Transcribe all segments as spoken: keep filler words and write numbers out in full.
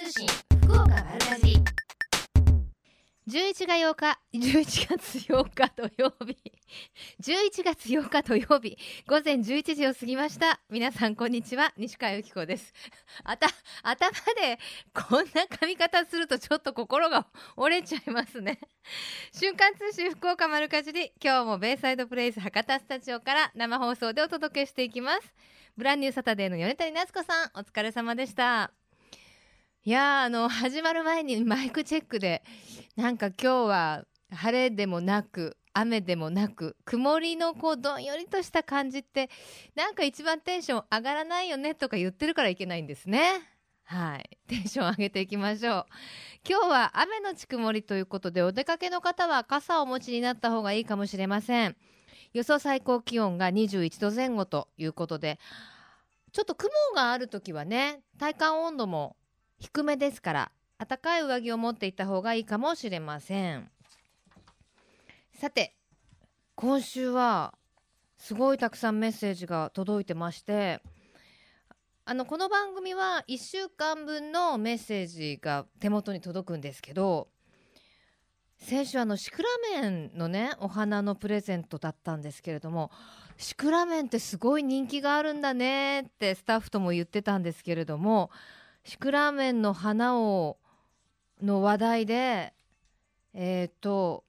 通信福岡丸かじりじゅういちがつようかじゅういちがつようか土曜日じゅういちがつようか土曜日午前じゅういちじを過ぎました。皆さんこんにちは、西川由紀子です。あた頭でこんな髪型するとちょっと心が折れちゃいますね。瞬間通信福岡丸かじり、今日もベイサイドプレイス博多スタジオから生放送でお届けしていきます。ブランニューサタデーの米谷夏子さん、お疲れ様でした。いやーあの始まる前にマイクチェックでなんか今日は晴れでもなく雨でもなく曇りのこうどんよりとした感じってなんか一番テンション上がらないよねとか言ってるからいけないんですね。はい、テンション上げていきましょう。今日は雨のち曇りということで、お出かけの方は傘をお持ちになった方がいいかもしれません。予想最高気温がにじゅういちどぜん後ということで、ちょっと雲があるときはね、体感温度も低めですから暖かい上着を持っていった方がいいかもしれません。さて今週はすごいたくさんメッセージが届いてまして、あのこの番組はいっしゅうかんぶんのメッセージが手元に届くんですけど、先週あのシクラメンのねお花のプレゼントだったんですけれども、シクラメンってすごい人気があるんだねってスタッフとも言ってたんですけれども、シクラメンの花をの話題でえっと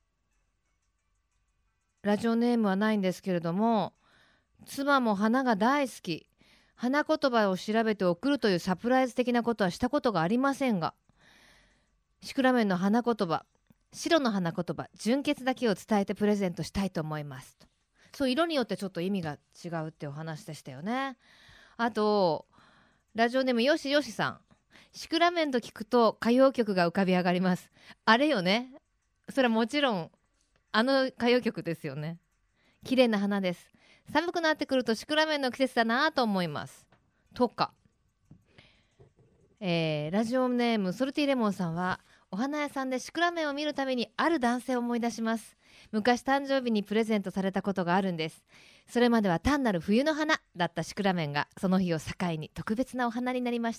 ラジオネームはないんですけれども、妻も花が大好き、花言葉を調べて送るというサプライズ的なことはしたことがありませんが、シクラメンの花言葉、白の花言葉、純潔だけを伝えてプレゼントしたいと思いますと。そう、色によってちょっと意味が違うっていうお話でしたよね。あとラジオネームよしよしさん、シクラメンと聞くと歌謡曲が浮かび上がります。あれよね、それはもちろんあの歌謡曲ですよね。綺麗な花です。寒くなってくるとシクラメンの季節だなと思いますとか、えー、ラジオネームソルティレモンさんは、お花屋さんでシクラメンを見るたびにある男性を思い出します。昔誕生日にプレゼントされたことがあるんです。それまでは単なる冬の花だったシクラメンがその日を境に特別なお花になりました。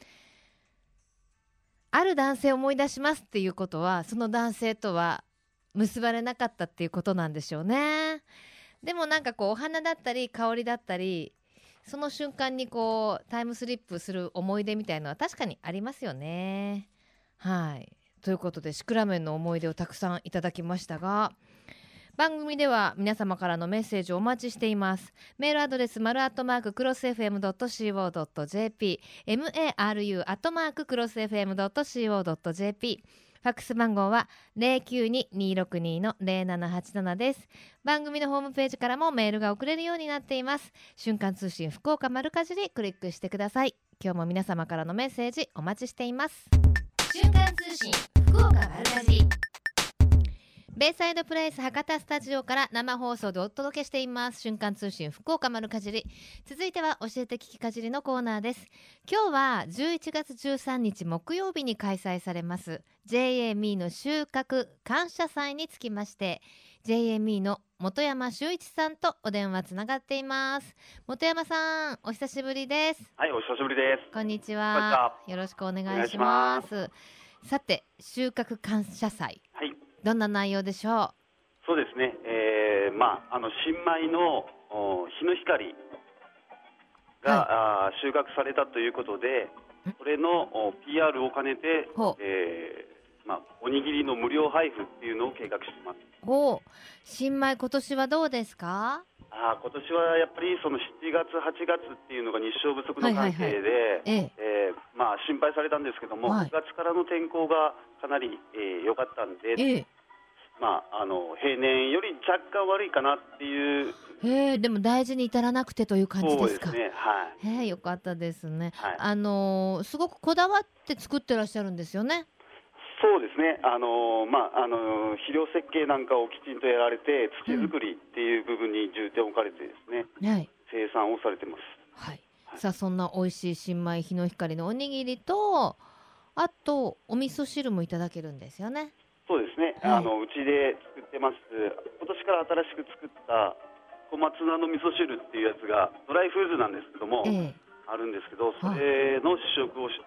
ある男性を思い出しますっていうことは、その男性とは結ばれなかったっていうことなんでしょうね。でもなんかこうお花だったり香りだったり、その瞬間にこうタイムスリップする思い出みたいのは確かにありますよね。はい、ということでシクラメンの思い出をたくさんいただきましたが、番組では皆様からのメッセージをお待ちしています。メールアドレスマルアットマーククロス エフエムドットシーオードットジェーピー マルアットマーククロス エフエムドットシーオードットジェーピー、ファックス番号は ゼロきゅうに にーろくに の ゼロななはちなな です。番組のホームページからもメールが送れるようになっています。瞬間通信福岡丸かじりクリックしてください。今日も皆様からのメッセージお待ちしています。瞬間通信福岡丸かじり、ベイサイドプレイス博多スタジオから生放送でお届けしています瞬間通信福岡丸かじり。続いては教えて聞きかじりのコーナーです。今日はじゅういちがつじゅうさんにち木曜日に開催されます ジェイエーエムイー の収穫感謝祭につきまして、 ジェイエーエムイー の本山修一さんとお電話つながっています。本山さん、お久しぶりです。 はい、お久しぶりです。 こんにちは。よろしくお願いします。さて、収穫感謝祭、はい、どんな内容でしょう。 そうですね、えーまあ、あの新米の日の光が、はい、あ収穫されたということで、それの ピーアール を兼ねて、えーまあ、おにぎりの無料配布っていうのを計画しています。 お、新米今年はどうですか。 あ今年はやっぱりそのしちがつはちがつっていうのが日照不足の関係で、えーまあ、心配されたんですけども、はい、くがつからの天候がかなり良、えー、かったんで、えーまあ、あの平年より若干悪いかなっていう。 へー、でも大事に至らなくてという感じですか。 そうですね、はい、 へー、よかったですね、 はい、 あのー、すごくこだわって作ってらっしゃるんですよね。 そうですね、あのーまああのー、肥料設計なんかをきちんとやられて、土作りっていう部分に重点を置かれてですね、うん、はい、生産をされてます。 はいはい、さあそんな美味しい新米日の光のおにぎりと、あとお味噌汁もいただけるんですよね。 そうですね、はい、あのうちで作ってます。今年から新しく作った小松菜の味噌汁っていうやつがドライフーズなんですけども、ええ、あるんですけど、それの試食をし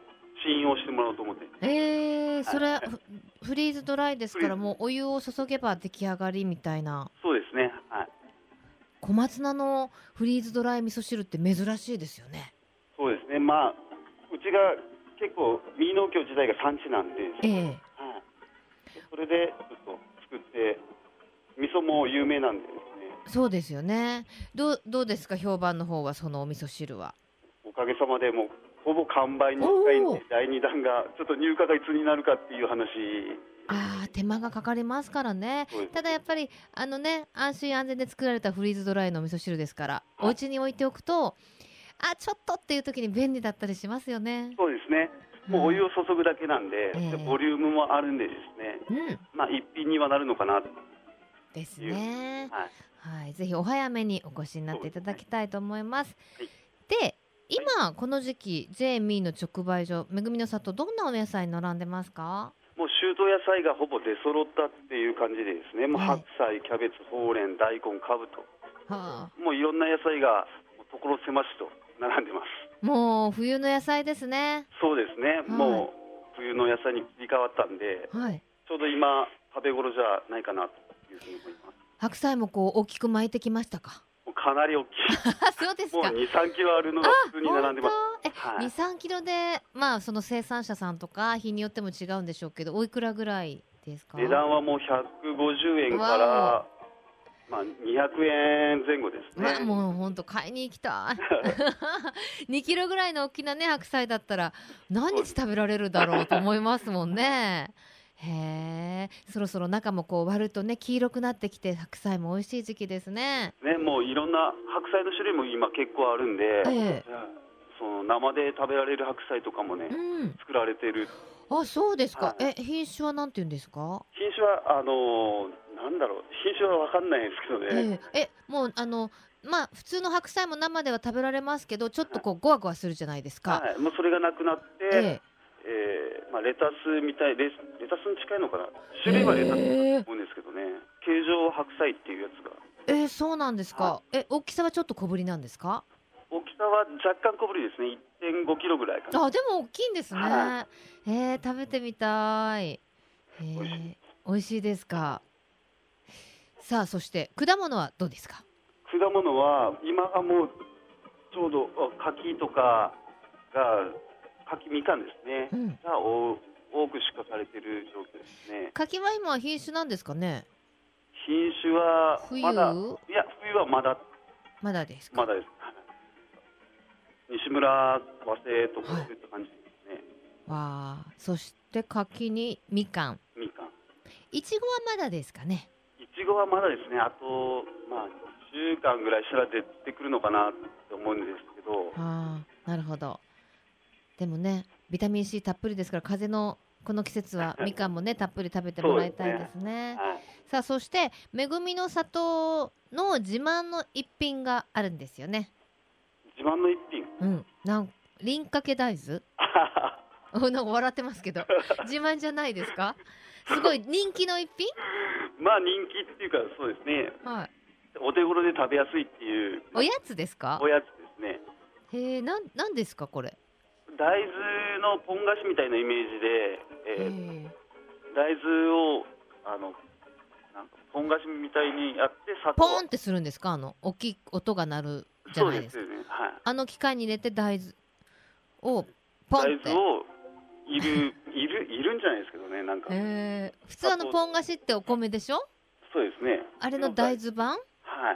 試飲をしてもらおうと思って。 えー、それ、はい、フリーズドライですからもうお湯を注げば出来上がりみたいな。 そうですね、はい、 小松菜のフリーズドライ味噌汁って珍しいですよね。 そうですね、まあうちが結構右農協自体が産地なんで、 えーはい、 それでちょっと作って味噌も有名なんでですね。 そうですよね。どう、どうですか評判の方は、そのお味噌汁は。 おかげさまでもうほぼ完売に近いんで、だいにだんがちょっと入荷がいつになるかっていう話。 ああ、手間がかかりますからね。ただやっぱりあのね、安心安全で作られたフリーズドライのお味噌汁ですから、はい、お家に置いておくとあちょっとっていう時に便利だったりしますよね。 そうですね、もうお湯を注ぐだけなんで、うん、でボリュームもあるんでですね、うん、まあ一品にはなるのかなですね。はい、はい、ぜひお早めにお越しになっていただきたいと思います。はい、で今この時期 ジェーエムイー の直売所めぐみの里、どんなお野菜並んでますか？ もう秋冬野菜がほぼ出揃ったっていう感じでですね、もう白菜、キャベツ、ほうれん、大根、かぶと、はあ、もういろんな野菜が所狭しと並んでます。 もう冬の野菜ですね。 そうですね、はい、もう冬の野菜に切り替わったんで、はい、ちょうど今食べ頃じゃないかなというふうに思います。 白菜もこう大きく巻いてきましたか？ かなり大きいそうですか。 もうに、さんキロあるのが普通に並んでます。 え、はい、に、さんキロで、まあその生産者さんとか日によっても違うんでしょうけど、おいくらぐらいですか？ 値段はもうひゃくごじゅうえんからまあにひゃくえんぜん後ですね。 まあ、もう本当買いに行きたいにキロぐらいの大きなね白菜だったら何日食べられるだろうと思いますもんね。へえ、そろそろ中もこう割るとね黄色くなってきて白菜も美味しい時期ですね。 ね、もういろんな白菜の種類も今結構あるんで、ええ、その生で食べられる白菜とかもね、うん、作られてる。 あ、そうですか。はい、え、品種はなんて言うんですか？ 品種はあのー、なんだろう、品種は分かんないですけどね。 ええ、え、もうあのまあ普通の白菜も生では食べられますけど、ちょっとこうゴワゴワするじゃないですか。 はい、もうそれがなくなって、えええーまあ、レタスみたい レ, レタスに近いのかな、種類はレタスだと思うんですけどね、形状白菜っていうやつが。えー、そうなんですか。え、大きさはちょっと小ぶりなんですか？ 大きさは若干小ぶりですね。 いってんごキロぐらいかな。 あ、でも大きいんですね。はい、えー、食べてみたい。えー、美味しい、美味しいですか。さあ、そして果物はどうですか？ 果物は今はもうちょうど柿とかが柿みかんですね、うん、が多く出荷されている状況ですね。 柿は今品種なんですかね？ 品種はまだ、 冬？ いや冬はまだまだですか？ まだです。西村早生とかそういった感じですね。 わあ、そして柿にみかん。 みかん。 いちごはまだですかね？ いちごはまだですね。あとまあにしゅうかんぐらいしたら出てくるのかなと思うんですけど。 ああ、なるほど。でもね、ビタミン C たっぷりですから、風邪のこの季節はみかんもねたっぷり食べてもらいたいですね。はい、さあ、そしてめぐみの里の自慢の一品があるんですよね。 自慢の一品、 うん、なん輪掛け大豆なんか笑ってますけど自慢じゃないですか？すごい人気の一品まあ人気っていうか、そうですね、はい、お手頃で食べやすいっていう。 おやつですか？ おやつですね。 へえ、なん、なんですかこれ？ 大豆のポン菓子みたいなイメージで、えー、大豆をあのなんかポン菓子みたいにやって砂糖ポンってするんですか？あの大きい音が鳴るじゃないですか。 そうですよね、はい、 あの機械に入れて大豆をポンって大豆をいるいるいるんじゃないですけどね、なんか、 えー、普通あのポン菓子ってお米でしょ？ そうですね。 あれの大豆版？ はい。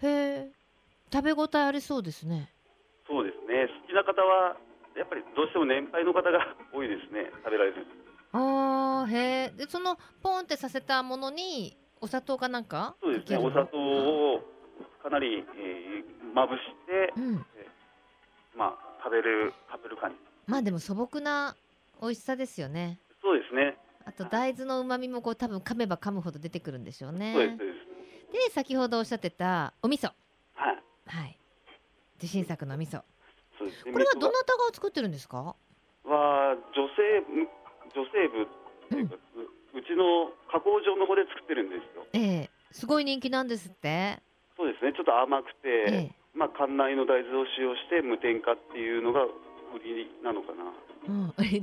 へえ、食べ応えありそうですね。 そうですね。好きな方はやっぱりどうしても年配の方が多いですね、食べられる。 ああ、へえ。でそのポンってさせたものにお砂糖かなんか？ そうですね、お砂糖をかなり、えー、まぶして、うんえー、まあ食べる食べる感じ。 まあでも素朴な美味しさですよね。 そうですね。 あと大豆の旨味もこう多分噛めば噛むほど出てくるんでしょうね。 そうですそうです。 で先ほどおっしゃってたお味噌、 はい、 はい、自信作の味噌。 そうですね、 これはどなたが作ってるんですか？ は女性女性部っていうか、うん、うちの加工場の方で作ってるんですよ。 ええ、すごい人気なんですって。 そうですね、ちょっと甘くて、ええ、まあ館内の大豆を使用して無添加っていうのが売りなのかな。 うん、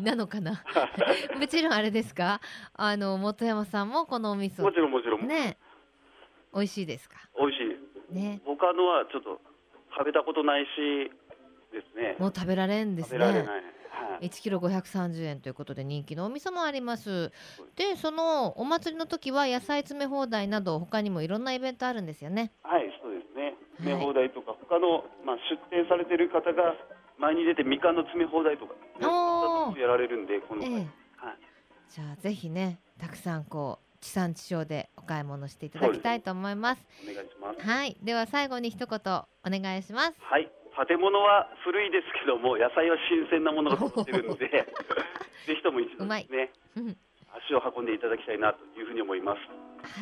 なのかなもちろんあれですか、あの本山さんもこのお味噌もちろんもちろんね、美味しいですか？ 美味しいね。 他のはちょっと食べたことないしですね。 もう食べられんですね。 食べられない、 はい、いちキロごひゃくさんじゅうえんということで人気のお味噌もあります。でそのお祭りの時は野菜詰め放題など他にもいろんなイベントあるんですよね。 はい、そうですね。詰め放題とか、はい、他の、まあ、出店されてる方が前に出てみかんの詰め放題とか、ね、おやられるんでこの、ええ、はい、 じゃあぜひねたくさんこう地産地消でお買い物していただきたいと思います。 お願いします。 はい、では最後に一言お願いします。 はい、建物は古いですけども野菜は新鮮なものが揃っているのでぜひとも一度ですね足を運んでいただきたいなというふうに思います。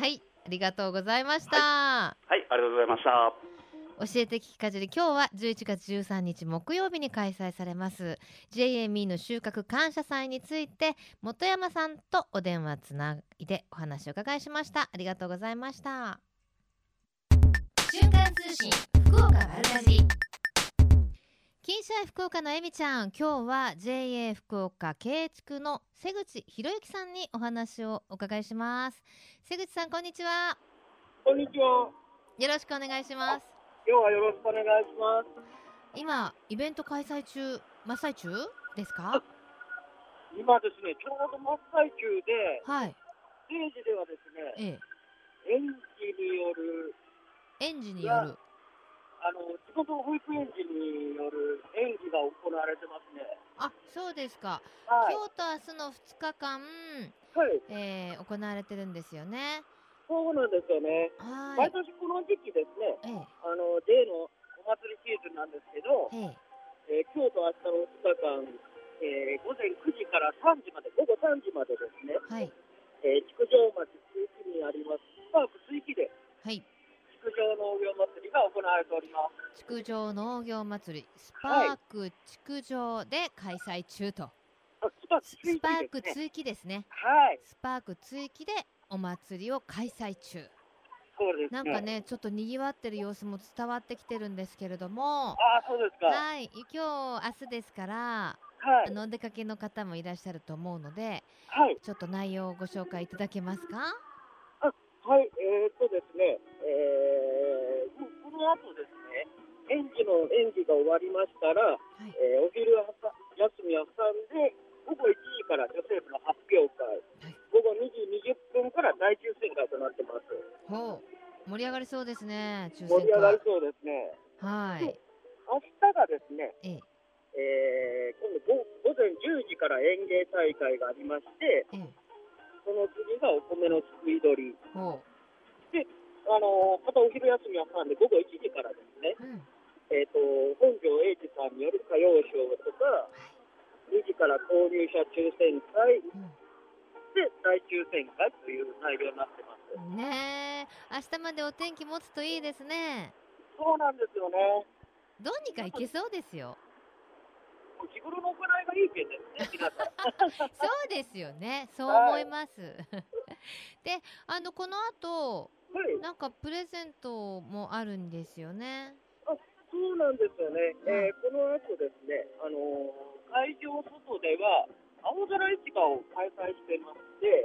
はい、ありがとうございました。 はい、はい、ありがとうございました。 教えて聞きかじり、今日はじゅういちがつじゅうさんにち木曜日に開催されます ジェイエーエムイー の収穫感謝祭について本山さんとお電話つないでお話を伺いしました。ありがとうございました。瞬間通信福岡丸かじり、金シャイ福岡のえみちゃん、今日は ジェイエー 福岡経営地区の瀬口博之さんにお話をお伺いします。瀬口さん、こんにちは。 こんにちは。 よろしくお願いします。 今日はよろしくお願いします。 今イベント開催中真っ最中ですか？ 今ですね、ちょうど真っ最中で、 はい、 ステージではですね、 ええ、 園児による園児によるあの地元保育園児による演技が行われてますね。 あ、そうですか。 はい、 今日と明日のふつかかん、 はい、 えー、行われてるんですよね。 そうなんですよね。毎年この時期ですね、ええ、あの ジェイ のお祭りシーズンなんですけど、えええー、今日と明日のふつかかん、えー、午前くじからさんじまで、午後さんじまでですね、はい、えー、築城町水木にありますスパーク水木で、はい、築城農業祭りが行われております。 築城農業祭りスパーク築城で開催中と、 はい、スパーク追記ですね。 はい、 スパーク追記でお祭りを開催中。 そうですね、 なんかねちょっとにぎわってる様子も伝わってきてるんですけれども、 あ、そうですか。 はい、今日明日ですから、はい、あのお出かけの方もいらっしゃると思うので、はい、ちょっと内容をご紹介いただけますか？ あ、はい、えー、っとですね、えー、この後ですね、園児の演技が終わりましたら、はい、えー、お昼休みを挟んでごごいちじから女性部の発表会、はい、ごごにじにじゅっぷんから大抽選会となってます。 ほう、盛り上がりそうですね。抽選会盛り上がりそうですね。 はい。 明日がですね、えええー、今度午前じゅうじから園芸大会がありまして、ええ、その次がお米のすくい取りで、あのー、またお昼休みを挟んでごごいちじからですね、うん、えーと、本庄英二さんによる歌謡ショーとか、にじから購入者抽選会、うん、で大抽選会という内容になってますね。え、明日までお天気持つといいですね。 そうなんですよね。 どうにかいけそうですよ。 日頃の行いがいいけんですね、皆さんそうですよね、そう思います、はい、で、あのこの後、はい、なんかプレゼントもあるんですよね。 あ、そうなんですよね、うん、えー、この後ですね、あのー、会場外では青空市場を開催してまして、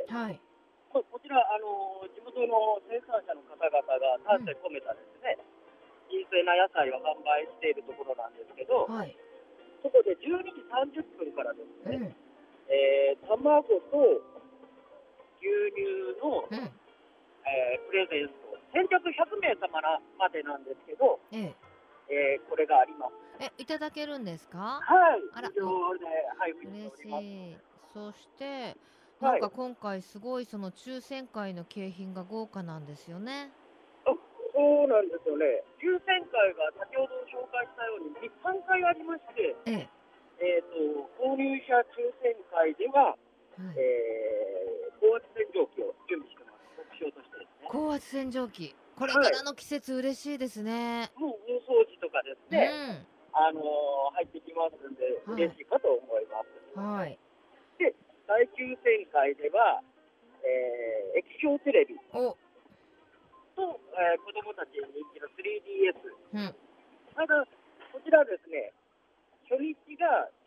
はい、こちら、あのー、地元の生産者の方々が丹精込めたですね、うん、新鮮な野菜を販売しているところなんですけど、はい、そこでじゅうにじさんじゅっぷんからですね、うん、えー、卵と牛乳の、うん、えー、プレゼント、先着ひゃくめいさままでなんですけど、えええー、これがあります。 え、いただけるんですか？ はい、 あら、 非常で、はい、 嬉しい。そしてなんか今回すごいその抽選会の景品が豪華なんですよね。 あ、そうなんですよね。抽選会が先ほど紹介したようにさんかいありまして、えええー、と購入者抽選会では、はい、えー、高圧洗浄機を準備してます。目標としてですね。 高圧洗浄機、これからの季節嬉しいですね。 はい、もう大掃除とかですね、うん、あのー、入ってきますんで、はい、嬉しいかと思います。はい。で、大抽選会では、えー、液晶テレビと、えー、子どもたちに人気の スリーディーエス、うん、ただこちらですね、初日が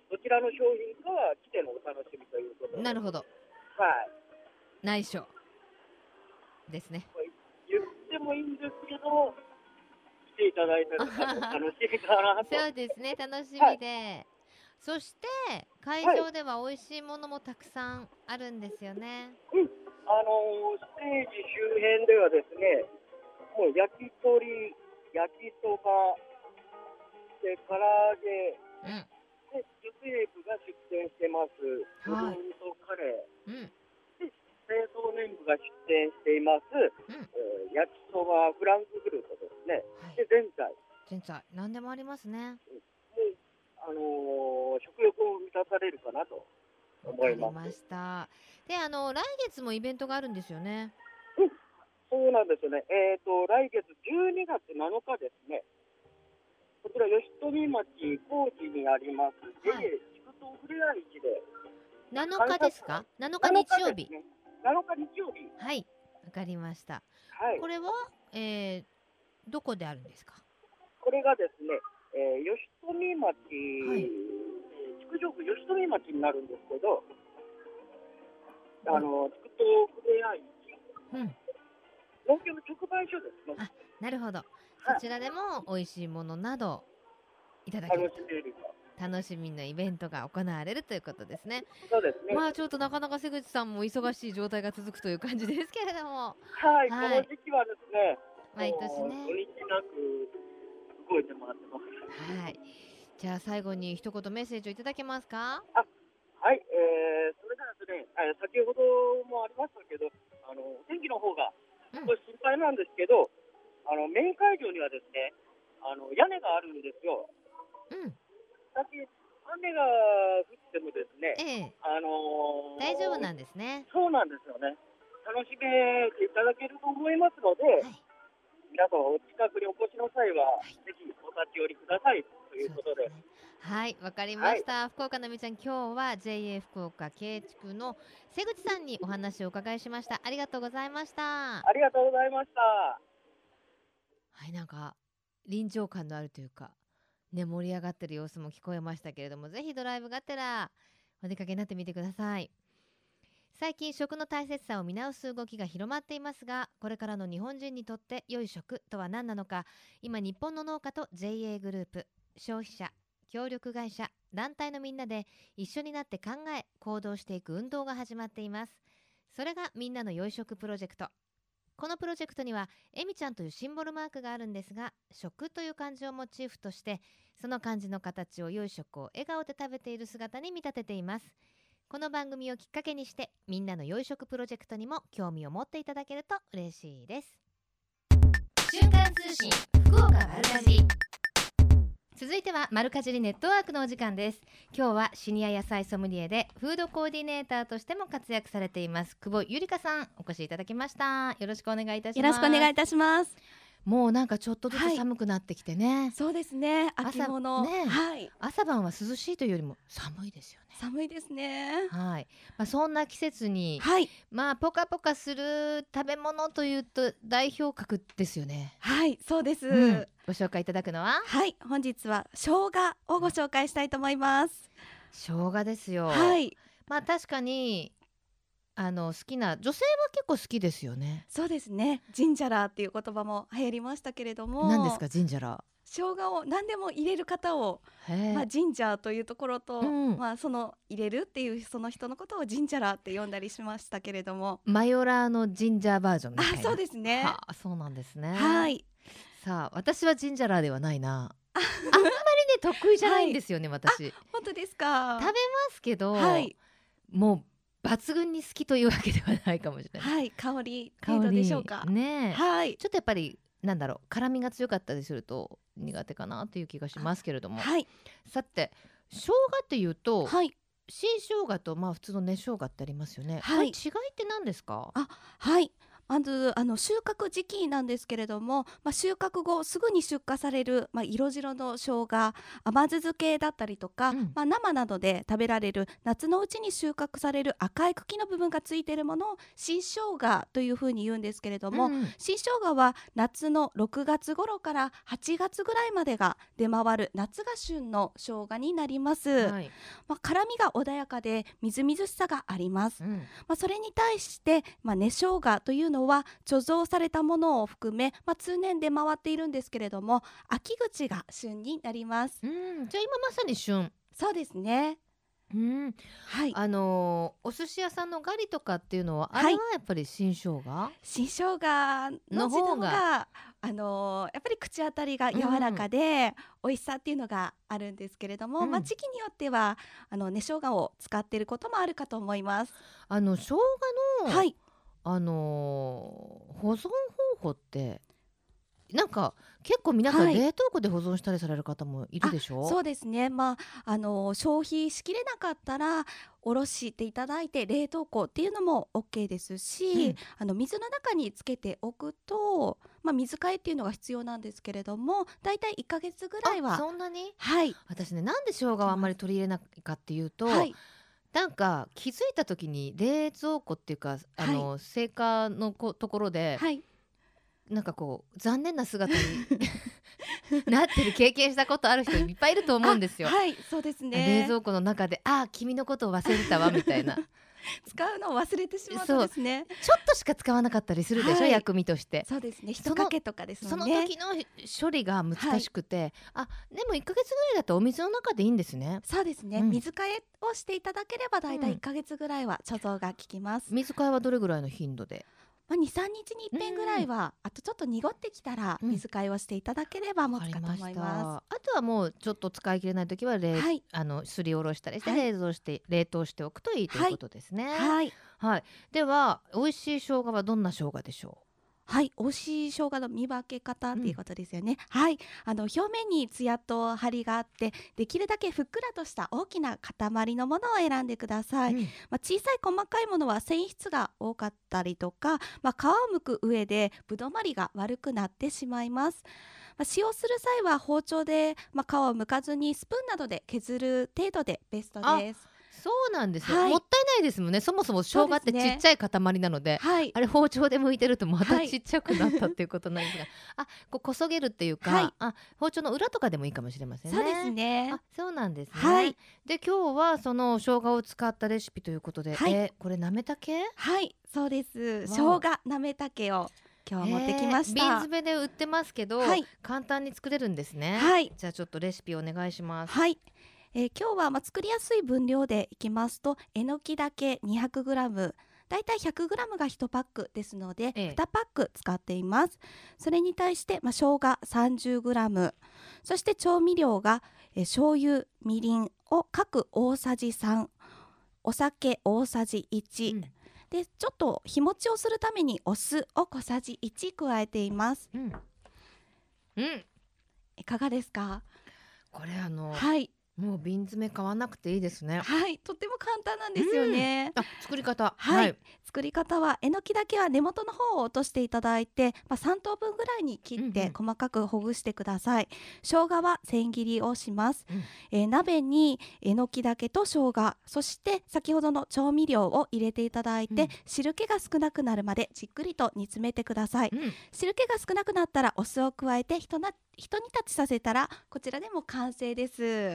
どちらの商品かは来てのお楽しみということで。 なるほど。 はい。 内緒ですね。 言ってもいいんですけど、来ていただいたら楽しみかなと。 そうですね、楽しみで。はい、そして会場では美味しいものもたくさんあるんですよね。 はい、うん、あのー、ステージ周辺ではですね、もう焼き鳥、焼きそば、で唐揚げ、うん、で女性部が出店してます。うどんとカレー、うん、で清掃年部が出店しています。うん、えー、焼きそば、フランクフルトですね。はい、で前菜。 前菜、何でもありますね。 うん、あのー、食欲を満たされるかなと思います。わかりました。 で、あの来月もイベントがあるんですよね。 うん、そうなんですよね。えっと来月じゅうにがつなのかですね。こちら吉富町高知にあります、はい、地区とふれあい市でなのかですか？なのか日曜日。 なのか日曜日。 はい、わかりました。 はい、 これは、えー、どこであるんですか？ これがですね、えー、吉富町、はい、築城区吉富町になるんですけど、あの地区とふれあい市、うん、農協の直売所ですね。 あ、なるほど。そちらでも美味しいものなどいただけると、楽しみなイベントが行われるということですね。 そうですね。 まあちょっとなかなか瀬口さんも忙しい状態が続くという感じですけれども、 はい、はい、この時期はですね、 毎年ね、 土日なく動いてもらってます。 はい。じゃあ最後に一言メッセージをいただけますか？ あ、はい、えー、それではですね、えー、先ほどもありましたけど、あの天気の方が少し心配なんですけど、うん、あのメイン会場にはですね、あの屋根があるんですよ。うん。さっき雨が降ってもですね、ええ、あのー、大丈夫なんですね。 そうなんですよね。楽しめていただけると思いますので、はい、皆さんお近くにお越しの際は、はい、ぜひお立ち寄りくださいということで。 はい、わかりました、はい、福岡のみちゃん、今日は ジェイエー 福岡経営地区の瀬口さんにお話をお伺いしました。ありがとうございました。 ありがとうございました。はい、なんか臨場感のあるというかね、盛り上がってる様子も聞こえましたけれども、ぜひドライブがてらお出かけになってみてください。最近食の大切さを見直す動きが広まっていますが、これからの日本人にとって良い食とは何なのか、今日本の農家と ジェイエー グループ、消費者、協力会社、団体のみんなで一緒になって考え行動していく運動が始まっています。それがみんなの良い食プロジェクト。このプロジェクトにはえみちゃんというシンボルマークがあるんですが、食という漢字をモチーフとしてその漢字の形を良い食を笑顔で食べている姿に見立てています。この番組をきっかけにしてみんなの良い食プロジェクトにも興味を持っていただけると嬉しいです。瞬間通信福岡丸かじり。続いては丸かじりネットワークのお時間です。今日はシニア野菜ソムリエでフードコーディネーターとしても活躍されています久保ゆりかさん、お越しいただきました。よろしくお願いいたします。 よろしくお願いいたします。 もうなんかちょっとずつ寒くなってきてね、 はい、そうですね、秋物、 ね、 はい、 朝晩は涼しいというよりも寒いですよね。 寒いですね。 はい、まあ、そんな季節に、 はい、 まあポカポカする食べ物というと代表格ですよね。 はい、そうです、うん、 ご紹介いただくのは、 はい、本日は生姜をご紹介したいと思います。 生姜ですよ。 はい、 まあ確かにあの好きな女性は結構好きですよね。 そうですね、ジンジャラーっていう言葉も流行りましたけれども。 何ですかジンジャラー？ 生姜を何でも入れる方を、まあ、ジンジャーというところと、うん、まあ、その入れるっていうその人のことをジンジャラーって呼んだりしましたけれども、 マヨラーのジンジャーバージョンみたいな。 あ、そうですね。 はあ、そうなんですね。 はい。 さあ私はジンジャラーではないな。あんまりね得意じゃないんですよね、はい、私。 本当ですか？ 食べますけど、 はい、 もう抜群に好きというわけではないかもしれない。 はい、香り程度でしょうかね。 はい、 ちょっとやっぱりなんだろう、辛みが強かったりすると苦手かなという気がしますけれども、 はい、 さて生姜っていうと、 はい、 新生姜とまあ普通の根生姜ってありますよね、 はい、 違いって何ですか？ あ、はい、 まずあの収穫時期なんですけれども、まあ、収穫後すぐに出荷される、まあ、色白の生姜、甘酢漬けだったりとか、うん、まあ、生などで食べられる夏のうちに収穫される赤い茎の部分がついているものを新生姜というふうに言うんですけれども、うん、新生姜は夏のろくがつ頃からはちがつぐらいまでが出回る夏が旬の生姜になります、はい、まあ、辛みが穏やかでみずみずしさがあります、うん、まあ、それに対して、まあ、根生姜というのは貯蔵されたものを含め、まあ、通年出回っているんですけれども秋口が旬になります。 うん、じゃあ今まさに旬。 そうですね。 うん、はい、あのー、お寿司屋さんのガリとかっていうのは、はい、あれはやっぱり新生姜新生姜の方があのー、やっぱり口当たりが柔らかで、うん、美味しさっていうのがあるんですけれども、うん、まあ、時期によってはあの根生姜を使っていることもあるかと思います。 あの生姜の、はい、あのー、保存方法ってなんか結構皆さん冷凍庫で保存したりされる方もいるでしょ、 はい、そうですね、まあ、あの消費しきれなかったらおろしていただいて冷凍庫っていうのも OK ですし、うん、あの水の中につけておくと、まあ、水替えっていうのが必要なんですけれどもだいたいいっかげつぐらいは。 そんなに、 はい、 私ねなんで生姜をあんまり取り入れないかっていうと、はい、なんか気づいた時に冷蔵庫っていうかあの、はい、青果のこところで、はい、なんかこう残念な姿になってる経験したことある人いっぱいいると思うんですよ。 はい、そうですね。 冷蔵庫の中であ君のことを忘れてたわみたいな使うのを忘れてしまうとですね、 ちょっとしか使わなかったりするでしょ、はい、薬味として。 そうですね、一かけとかですもんね。 その時の処理が難しくて、はい、あでもいっかげつぐらいだとお水の中でいいんですね。 そうですね、うん、水替えをしていただければだいたいいっかげつぐらいは貯蔵が効きます、 うん、水替えはどれぐらいの頻度で？ まあ、にさんにちにいっぺんぐらいは、うん、あとちょっと濁ってきたら水替えをしていただければ持つかと思います。 あとはもうちょっと使い切れないときは、はい、あのすりおろしたりして冷蔵して、はい、冷凍しておくといいということですね。 はいはい、では美味しい生姜はどんな生姜でしょう？ はい、美味しい生姜の見分け方っていうことですよね、うん、はい、あの表面にツヤと張りがあってできるだけふっくらとした大きな塊のものを選んでください、うん、まあ、小さい細かいものは繊維質が多かったりとか、まあ、皮を剥く上でぶ止まりが悪くなってしまいます。まあ、使用する際は包丁で、まあ、皮を剥かずにスプーンなどで削る程度でベストです。 そうなんですよ、はい、もったいないですもんね。そもそも生姜ってちっちゃい塊なの で, で、ね、はい、あれ包丁で剥いてるとまたちっちゃくなったっていうことなんですが、はい、あこうこそげるっていうか、はい、あ包丁の裏とかでもいいかもしれませんね。 そうですね。 あそうなんですね、 はい、 で今日はその生姜を使ったレシピということで、はい、えこれなめたけ？はいそうです。生姜なめたけを今日は持ってきました。 瓶詰めで売ってますけど、はい、簡単に作れるんですね。はい、じゃあちょっとレシピお願いします。 はい、えー、今日はまあ作りやすい分量でいきますとえのきだけ にひゃくグラム だいたい ひゃくグラム がいちパックですので、ええ、にパック使っています。それに対してまあ生姜 さんじゅうグラム そして調味料がえ醤油みりんを各大さじさんお酒大さじいち、うんでちょっと日持ちをするためにお酢を小さじいち加えています、うんうん、いかがですか？ これあの、 はい、 もう瓶詰め買わなくていいですね。 はい、とっても簡単なんですよね、 うん、あ作り方、 はい、はい、作り方はえのきだけは根元の方を落としていただいて、まあ、さん等分ぐらいに切って細かくほぐしてください、うんうん、生姜は千切りをします、うんえー、鍋にえのきだけと生姜そして先ほどの調味料を入れていただいて、うん、汁気が少なくなるまでじっくりと煮詰めてください、うん、汁気が少なくなったらお酢を加えてひとなひと煮立ちさせたらこちらでも完成です。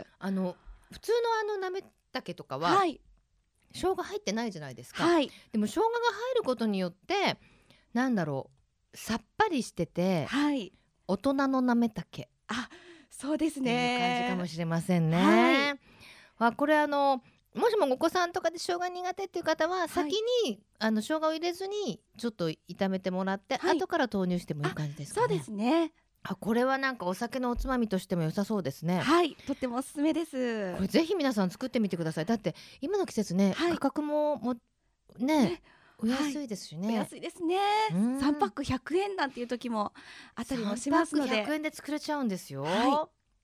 あの普通のあのなめたけとかは、はい、生姜入ってないじゃないですか、はい、でも生姜が入ることによってなんだろうさっぱりしてて、はい、大人のなめたけあそうですねっていう感じかもしれませんね、はい、あこれあのもしもお子さんとかで生姜苦手っていう方は先に、はい、あの生姜を入れずにちょっと炒めてもらって、はい、後から投入してもいい感じですかね。 そうですね。 あこれはなんかお酒のおつまみとしても良さそうですね。 はいとってもおすすめです。 これぜひ皆さん作ってみてください。だって今の季節ね、はい、価格ももねお安いですしね、 はい、お安いですね。さんパックひゃくえんなんていう時もあったりもしますのでさんパックひゃくえんで作れちゃうんですよ、 はい、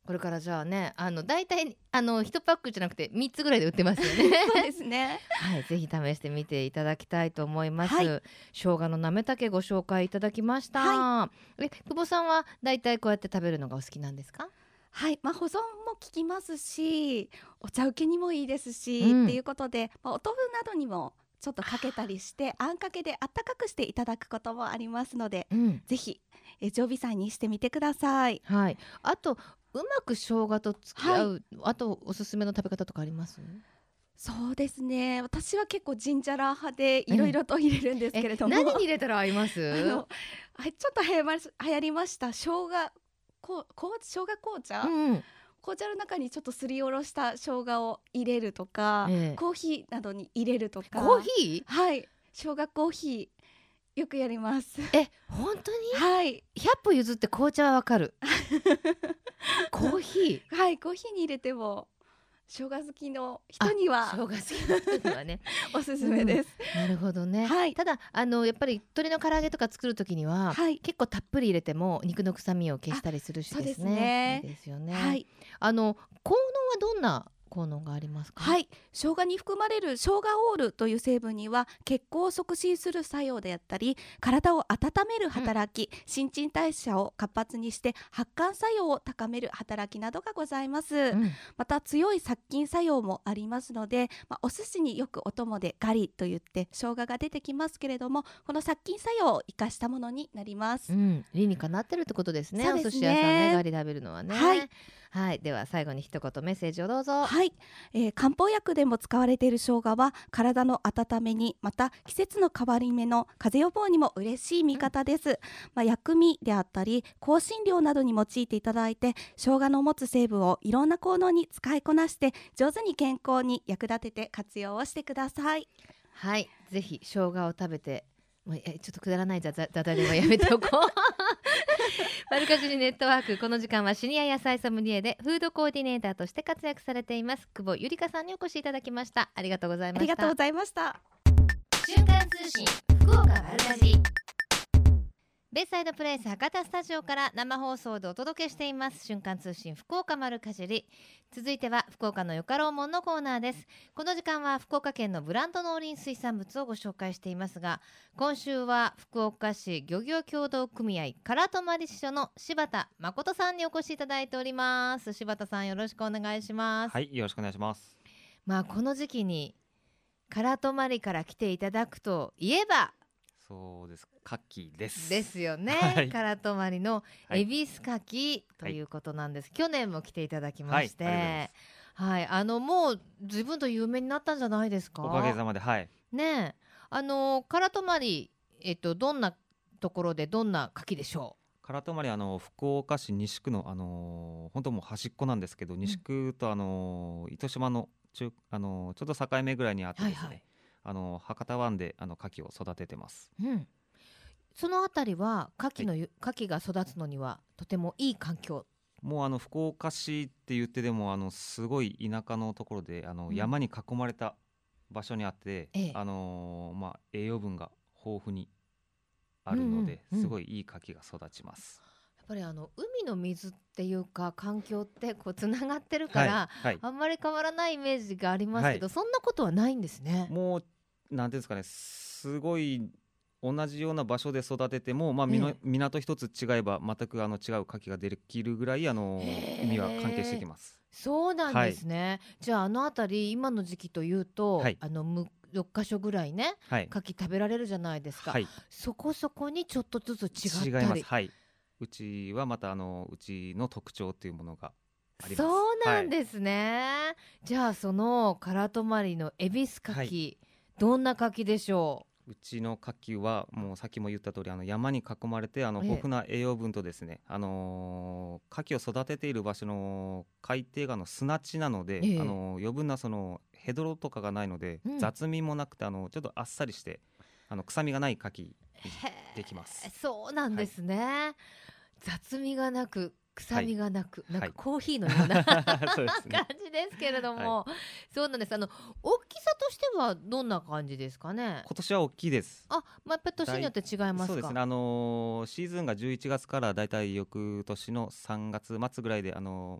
これからじゃあね、あのだいたいあのいちパックじゃなくてみっつぐらいで売ってますよねそうですねはい、ぜひ試してみていただきたいと思います、 はい、 生姜のなめたけご紹介いただきました、はい、え久保さんはだいたいこうやって食べるのがお好きなんですか？ はい、まあ、保存も効きますしお茶受けにもいいですし、うん、っていうことで、まあ、お豆腐などにもちょっとかけたりしてあんかけであったかくしていただくこともありますので、うん、ぜひえ常備菜にしてみてください。 はい、あとうまく生姜と付き合う、はい、あとおすすめの食べ方とかあります？ そうですね、私は結構ジンジャラ派でいろいろと入れるんですけれども、 うん、何に入れたら合います？ あのちょっと流行り流行りました生姜こうこう生姜紅茶、うん、紅茶の中にちょっとすりおろした生姜を入れるとか、ええ、コーヒーなどに入れるとか。 コーヒー？ はい、生姜コーヒーよくやります。 え、本当に？ はい、 ひゃっぽ譲って紅茶はわかるコーヒーはい、コーヒーに入れても生姜好きの人には生姜好きの人にはねおすすめです、 うん、なるほどね、はい、ただあのやっぱり鶏の唐揚げとか作るときには、はい、結構たっぷり入れても肉の臭みを消したりするしですね。そうですね。いいですよね、はい、あの効能はどんな効能がありますか？ はい、生姜に含まれる生姜オールという成分には血行を促進する作用であったり体を温める働き、うん、新陳代謝を活発にして発汗作用を高める働きなどがございます、うん、また強い殺菌作用もありますので、まあ、お寿司によくお供でガリといって生姜が出てきますけれどもこの殺菌作用を生かしたものになります、うん、 理にかなってるってことですね。お寿司屋さんねガリ食べるのはね。はいはい、では最後に一言メッセージをどうぞ。 はい、えー、漢方薬でも使われている生姜は体の温めにまた季節の変わり目の風邪予防にも嬉しい味方です、うんまあ、薬味であったり香辛料などに用いていただいて生姜の持つ成分をいろんな効能に使いこなして上手に健康に役立てて活用をしてください。 はい、ぜひ生姜を食べてもうえちょっとくだらないだだだでもやめておこうマルカジュニネットワーク、この時間はシニア野菜ソムリエでフードコーディネーターとして活躍されています久保ゆりかさんにお越しいただきました。ありがとうございました。 ありがとうございました。 瞬間通信福岡マルカジ、ベイサイドプレイス博多スタジオから生放送でお届けしています瞬間通信福岡丸かじり。続いては福岡のよかろうもんのコーナーです。この時間は福岡県のブランド農林水産物をご紹介していますが、今週は福岡市漁業協同組合唐泊支所の柴田誠さんにお越しいただいております。柴田さんよろしくお願いします。 はい、よろしくお願いします。 まあこの時期に唐泊から来ていただくといえばそうです、牡蠣ですですよね、はい、唐泊の恵比寿牡蠣ということなんです、はい、去年も来ていただきまして、はいはい、あのもう随分と有名になったんじゃないですか？ おかげさまで、はいねえ、あの唐泊、えっと、どんなところでどんな牡蠣でしょう？ 唐泊あの福岡市西区の、あのー、本当もう端っこなんですけど、西区と、あのー、糸島の中、あのー、ちょっと境目ぐらいにあってですね、はいはい、あの博多湾であの牡蠣を育ててます、うん、 そのあたりは牡蠣の、はい、牡蠣が育つのにはとてもいい環境。 もうあの福岡市って言ってでもあのすごい田舎のところであの、うん、山に囲まれた場所にあって、ええあのーまあ、栄養分が豊富にあるので、うんうんうん、すごいいい牡蠣が育ちます。 やっぱりあの海の水っていうか環境ってこうつながってるから、はいはい、あんまり変わらないイメージがありますけど、はい、そんなことはないんですね。 もうなんていうんですかね、すごい同じような場所で育てても、まあ、みの、ええ、港一つ違えば全くあの違う牡蠣ができるぐらいあの海は関係してきます。 そうなんですね、はい、じゃああのあたり今の時期というと、はい、あのろっかしょぐらいね、はい、牡蠣食べられるじゃないですか、はい、そこそこにちょっとずつ違ったり。 違います、はい、うちはまたあのうちの特徴というものがあります。 そうなんですね、はい、じゃあその唐泊の恵比寿牡蠣、はい、どんな牡蠣でしょう？ うちの牡蠣はもうさっきも言った通りあの山に囲まれてあの豊富な栄養分とですね、あのー、牡蠣を育てている場所の海底があの砂地なので、ええ、あの余分なそのヘドロとかがないので、うん、雑味もなくてあのちょっとあっさりしてあの臭みがない牡蠣できます。 そうなんですね、はい、雑味がなく臭みがなく、はい、なんかコーヒーのような、はい、そうですね、感じですけれども、はい、そうなんです。あの大きさとしてはどんな感じですかね？ 今年は大きいです。 あ、まあ、やっぱり年によって違いますか？ そうですね、あのー、シーズンがじゅういちがつからだいたい翌年のさんがつまつぐらいで、あの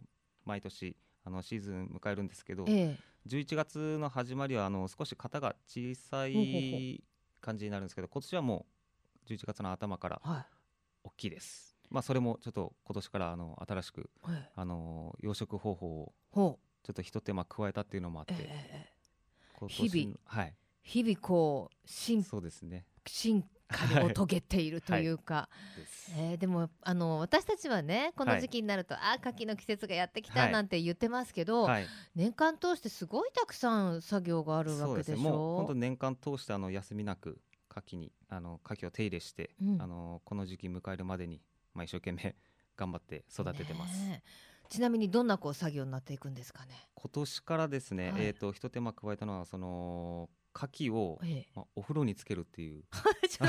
毎年あのシーズン迎えるんですけど、 ええ、 じゅういちがつの始まりはあの少し型が小さい感じになるんですけど、今年はもうじゅういちがつの頭から大きいです、はい。まあ、それもちょっと今年からあの新しく、はい、あの養殖方法をちょっと一手間加えたっていうのもあって、えー、日々、 はい、 日々こう進そうですね進化を遂げているというか、はいえー、でもあの私たちはねこの時期になると、はい、あ牡蠣の季節がやってきたなんて言ってますけど、はい、年間通してすごいたくさん作業があるわけでしょ。そうですね、もう本当年間通してあの休みなく牡蠣にあの牡蠣を手入れして、うん、あのこの時期迎えるまでに、まあ、一生懸命頑張って育ててます、ね。 ちなみにどんなこう作業になっていくんですかね。 今年からですね、はい、えーと一手間加えたのはその牡蠣を、ええまあ、お風呂につけるっていう牡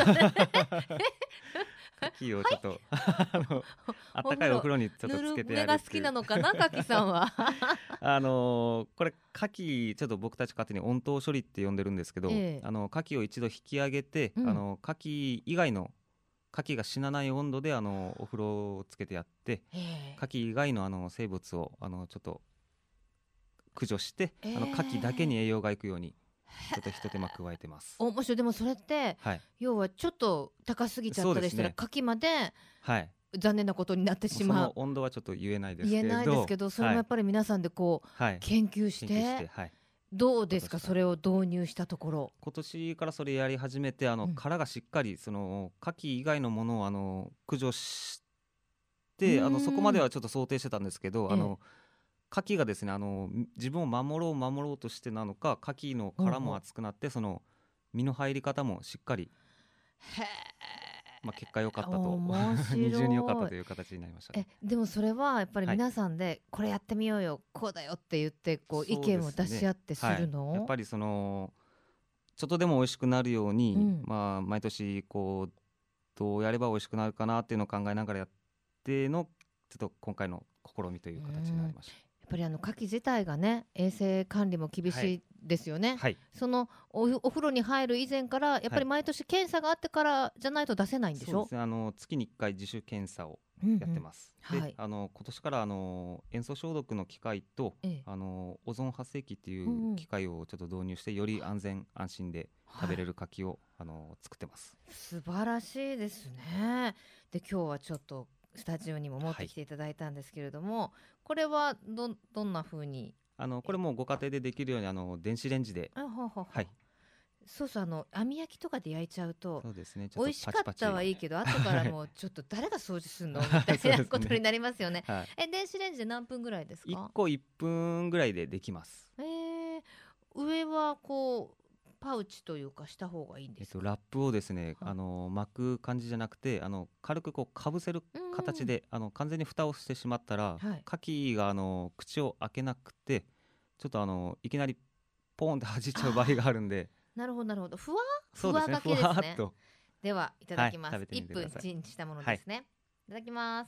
蠣をちょっと、はい、あのあったかいお風呂にちょっとつけてやるっていう。ぬるめが好きなのかな牡蠣さんはあのー、これ牡蠣ちょっと僕たち勝手に温湯処理って呼んでるんですけど、ええ、あの牡蠣を一度引き上げて、うん、あの牡蠣以外の牡蠣が死なない温度であのお風呂をつけてやって、えー、牡蠣以外のあの生物をあのちょっと駆除して、えー、あの牡蠣だけに栄養がいくようにちょっと一手間加えてます。 おもしろい。でもそれって、はい、要はちょっと高すぎちゃったりしたら、ね、牡蠣まで、はい、残念なことになってしまう。 その温度はちょっと言えないですけど言えないですけど、それもやっぱり皆さんでこう、はい、研究して、研究して、はい、どうですかそれを導入したところ。 今年からそれやり始めてあの、うん、殻がしっかりその牡蠣以外のものをあの駆除してあのそこまではちょっと想定してたんですけど、ええ、あの牡蠣がですねあの自分を守ろう守ろうとしてなのか牡蠣の殻も厚くなって、うん、その身の入り方もしっかり、へまあ、結果良かったと二重に良かったという形になりました、ね、 えでもそれはやっぱり皆さんでこれやってみようよ、はい、こうだよって言ってこう意見を出し合ってするの、 はい、やっぱりそのちょっとでも美味しくなるように、うんまあ、毎年こうどうやれば美味しくなるかなっていうのを考えながらやってのちょっと今回の試みという形になりました。 やっぱりあの牡蠣自体がね衛生管理も厳しいですよね、はい、その お, お風呂に入る以前からやっぱり毎年検査があってからじゃないと出せないんでしょ。 そうですね、あの月にいっかい自主検査をやってます、うんうん、で、はい、あの今年からあの塩素消毒の機械と、ええ、あのオゾン発生器っていう機械をちょっと導入して、より安全安心で食べれる牡蠣を、はい、あの作ってます。 素晴らしいですね。で今日はちょっとスタジオにも持ってきていただいたんですけれども、はい、これは ど, どんな風にあのこれもご家庭でできるようにあの電子レンジで、 あほうほうほう、はい、そうそうあの網焼きとかで焼いちゃうと、 そうですね、 美味しかったはいいけど後からもうちょっと誰が掃除するのみたいなことになりますよね。はい、え電子レンジで何分ぐらいですか。 いっこいっぷんぐらいでできます。 えー、上はこうパウチというかした方がいいんですか。 えっと、ラップをですね、はい、あの巻く感じじゃなくてあの軽くこうかぶせる形で、あの完全に蓋をしてしまったら、はい、牡蠣があの口を開けなくてちょっとあのいきなりポーンって弾いちゃう場合があるんで。 なるほどなるほど、ふわふわがけですね。ふわっとではいただきます、はい、いっぷんチンしたものですね、はい、いただきます。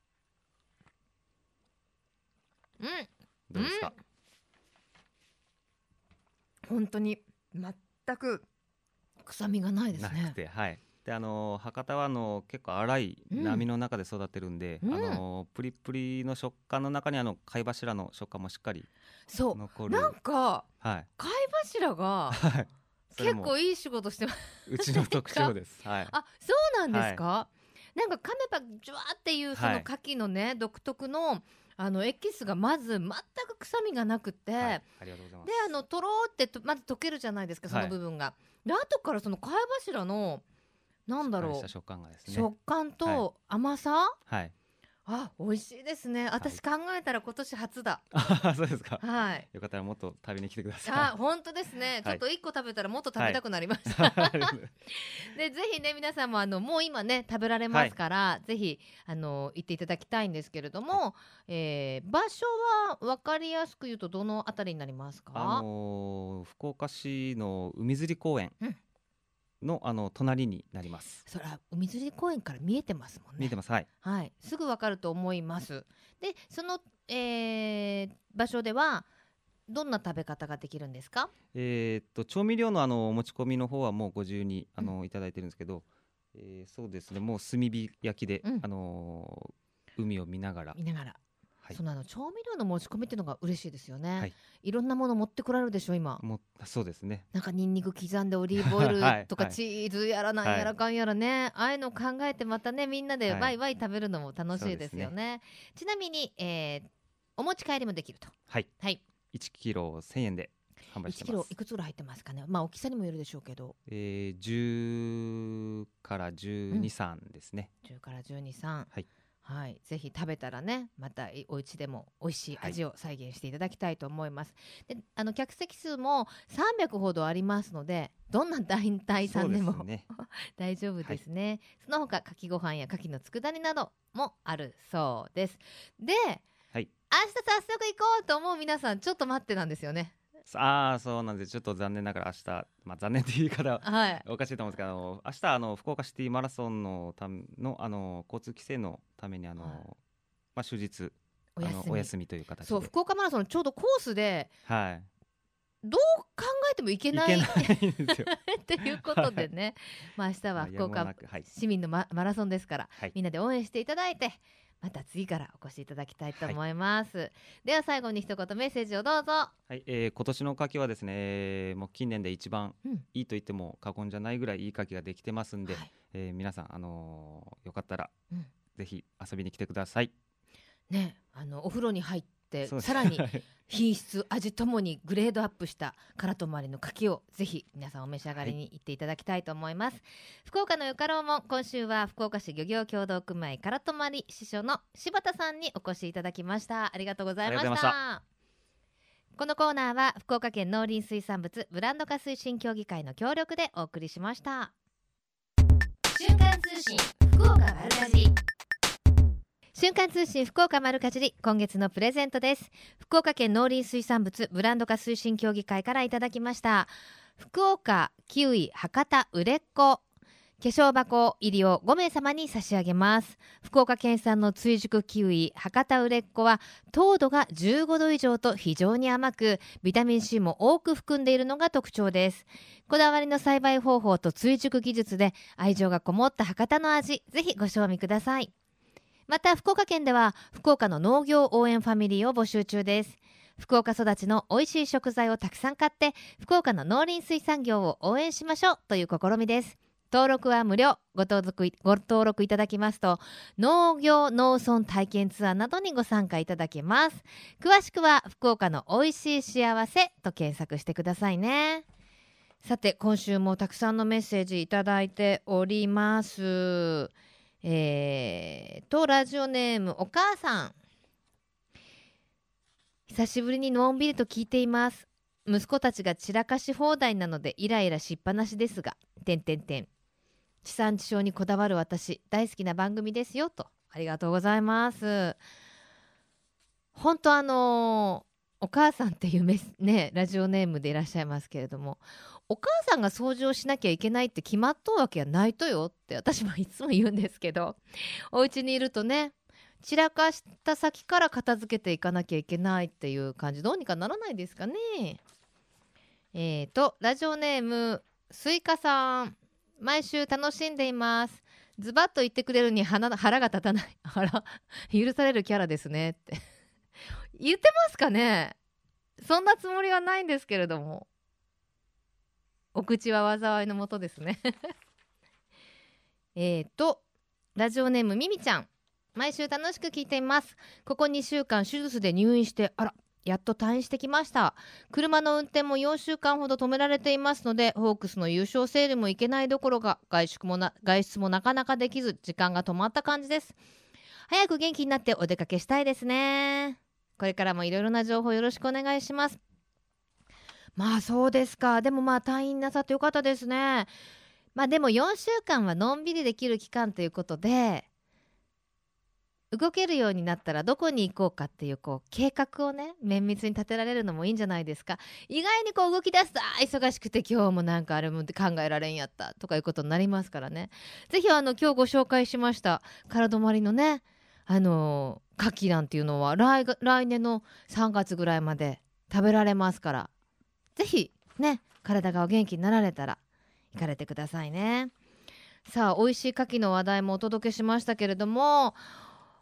うんどうですか、 うん、本当に全く臭みがないですね。 なくて、はい、であの博多はあの結構粗い波の中で育てるんで、うん、あのプリプリの食感の中にあの貝柱の食感もしっかり残る。 そうなんか、はい、貝柱が結構いい仕事してますうちの特徴です、はい、 あそうなんですか、はい、なんか噛めばジュワっていうその牡蠣のね、はい、独特のあのエキスがまず全く臭みがなくて、はい、 ありがとうございます。 であのとろーってとまず溶けるじゃないですかその部分が、はい、で後からその貝柱のなんだろう食感がですね、 食感と甘さ、 はい、 あ美味しいですね。私考えたら今年初だ、 はい、そうですか、 はい、 よかったらもっと食べに来てください。 あ本当ですね、ちょっといっこ食べたらもっと食べたくなりました、はい、でぜひね皆さんもあのもう今ね食べられますから、はい、ぜひあの行っていただきたいんですけれども、はい、えー、場所は分かりやすく言うとどのあたりになりますか。 あのー、福岡市の海釣り公園、うんの, あの隣になります。 それは海釣り公園から見えてますもんね。 見えてます、はい、 はい、すぐわかると思います。でその、えー、場所ではどんな食べ方ができるんですか。 えー、っと調味料 の, あの持ち込みの方はもうご自由にあの、うん、いただいてるんですけど、えー、そうですねもう炭火焼きで、うん、あの海を見ながら見ながら、 ははい、そのあの調味料の持ち込みっていうのが嬉しいですよね、はい、 いろんなもの持ってこられるでしょ今。 もそうですね。 なんかニンニク刻んでオリーブオイルとかチーズやらなんやらかんやらね、はい、ああいうのを考えてまたねみんなでワイワイ食べるのも楽しいですよね、はい、ちなみに、えー、お持ち帰りもできると。 はい、はい、いちキロせんえんで販売してます。いちキロいくつぐらい入ってますかね。まあ大きさにもよるでしょうけど、 えー、じゅうからじゅうに、さんですね、 うん、じゅうからじゅうに、さん、 はいはい、ぜひ食べたらねまたお家でも美味しい味を再現していただきたいと思います、はい、であの客席数もさんびゃくほどありますのでどんな団体さんでも、ね、大丈夫ですね、はい、その他かきご飯やかきの佃煮などもあるそうです。で、はい、明日早速行こうと思う皆さんちょっと待ってなんですよね。 ああそうなんです。ちょっと残念ながら明日、まあ、残念という言い方はおかしいと思うんですけど、はい、明日あの福岡シティマラソンのための、あの交通規制のためにあの、はい、まあ、終日お休み、お休みという形で、 そう福岡マラソンちょうどコースで、 はい、 どう考えてもいけないいけないんですよっていうことでね、まあ、明日は福岡市民の マ, マラソンですから、はい、みんなで応援していただいてまた次からお越しいただきたいと思います、はい、では最後に一言メッセージをどうぞ。 はい、えー、今年の牡蠣はですね、えー、もう近年で一番いいと言っても過言じゃないぐらいいい牡蠣ができてますんで、はい、えー、皆さん、あのー、よかったら、うん、ぜひ遊びに来てくださいね。あのお風呂に入ってさらに品質味ともにグレードアップした唐泊の牡蠣をぜひ皆さんお召し上がりに行っていただきたいと思います、はい、福岡のよかろうも今週は福岡市漁業協同組合唐泊支所の柴田さんにお越しいただきました。ありがとうございました。 した。 このコーナーは福岡県農林水産物ブランド化推進協議会の協力でお送りしました。瞬間通信福岡丸かじり。瞬間通信福岡丸かじり、今月のプレゼントです。福岡県農林水産物ブランド化推進協議会からいただきました福岡キウイ博多売れっ子化粧箱入りをごめい様に差し上げます。福岡県産の追熟キウイ博多売れっ子は糖度がじゅうごど以上と非常に甘く、ビタミン C も多く含んでいるのが特徴です。こだわりの栽培方法と追熟技術で愛情がこもった博多の味、ぜひご賞味ください。また福岡県では福岡の農業応援ファミリーを募集中です。福岡育ちの美味しい食材をたくさん買って福岡の農林水産業を応援しましょうという試みです。登録は無料。ご登録、ご登録いただきますと農業農村体験ツアーなどにご参加いただけます。詳しくは福岡の美味しい幸せと検索してくださいね。さて今週もたくさんのメッセージいただいております。えー、とラジオネームお母さん、久しぶりにのんびりと聞いています。息子たちが散らかし放題なのでイライラしっぱなしですがてんてんてん地産地消にこだわる私大好きな番組ですよと。ありがとうございます。本当あのー、お母さんっていうメス、ね、ラジオネームでいらっしゃいますけれども、お母さんが掃除をしなきゃいけないって決まっとうわけはないとよって私もいつも言うんですけど、お家にいるとね散らかした先から片付けていかなきゃいけないっていう感じ、どうにかならないですかね。えーとラジオネームスイカさん、毎週楽しんでいます。ズバッと言ってくれるに腹が立たない。腹許されるキャラですねって言ってますかね。そんなつもりはないんですけれども、お口は災いのもとですねえーとラジオネームミミちゃん、毎週楽しく聞いています。ここにしゅうかん手術で入院して、あらやっと退院してきました。車の運転もよんしゅうかんほど止められていますので、ホークスの優勝セールも行けないどころか外出もな外出もなかなかできず時間が止まった感じです。早く元気になってお出かけしたいですね。これからもいろいろな情報よろしくお願いします。まあそうですか。でもまあ退院なさってよかったですね。まあでもよんしゅうかんはのんびりできる期間ということで、動けるようになったらどこに行こうかっていう、こう計画をね綿密に立てられるのもいいんじゃないですか。意外にこう動き出すと、あ忙しくて今日もなんかあれも考えられんやったとかいうことになりますからね。ぜひあの今日ご紹介しました空泊まりのねあの牡蠣なんていうのは 来, 来年のさんがつぐらいまで食べられますから、ぜひね体がお元気になられたら行かれてくださいね。さあ美味しい牡蠣の話題もお届けしましたけれども、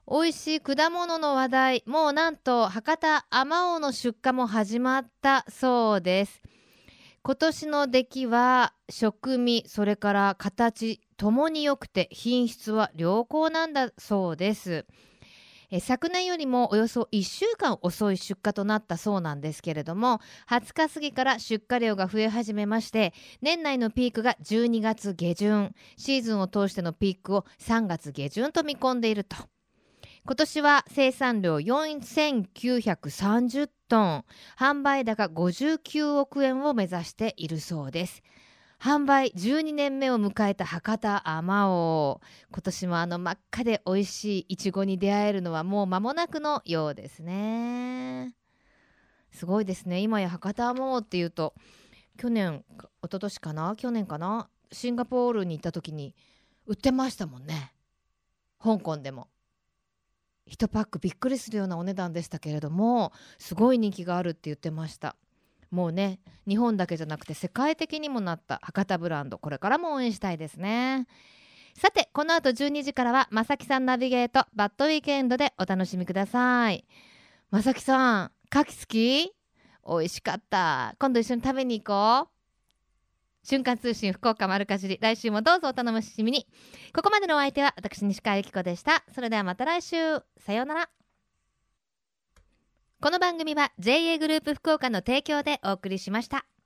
美味しい果物の話題、もうなんと博多あまおうの出荷も始まったそうです。今年の出来は食味、それから形ともに良くて品質は良好なんだそうです。え昨年よりもおよそいっしゅうかん遅い出荷となったそうなんですけれども、はつか過ぎから出荷量が増え始めまして、年内のピークがじゅうにがつげじゅん、シーズンを通してのピークをさんがつげじゅんと見込んでいると。今年は生産量よんせんきゅうひゃくさんじゅっトン、販売高ごじゅうきゅうおくえんを目指しているそうです。販売じゅうにねんめを迎えた博多あまおう、今年もあの真っ赤で美味しいいちごに出会えるのはもう間もなくのようですね。すごいですね。今や博多あまおうっていうと、去年一昨年かな去年かなシンガポールに行った時に売ってましたもんね。香港でもいちパックびっくりするようなお値段でしたけれども、すごい人気があるって言ってました。もうね、日本だけじゃなくて世界的にもなった博多ブランド、これからも応援したいですね。さて、この後じゅうにじからはまさきさんナビゲートバッドウィークエンドでお楽しみください。まさきさん、牡蠣好き？美味しかった。今度一緒に食べに行こう。瞬間通信福岡丸かじり、来週もどうぞお楽しみに。ここまでのお相手は私西川由紀子でした。それではまた来週、さようなら。この番組は ジェーエー グループ福岡の提供でお送りしました。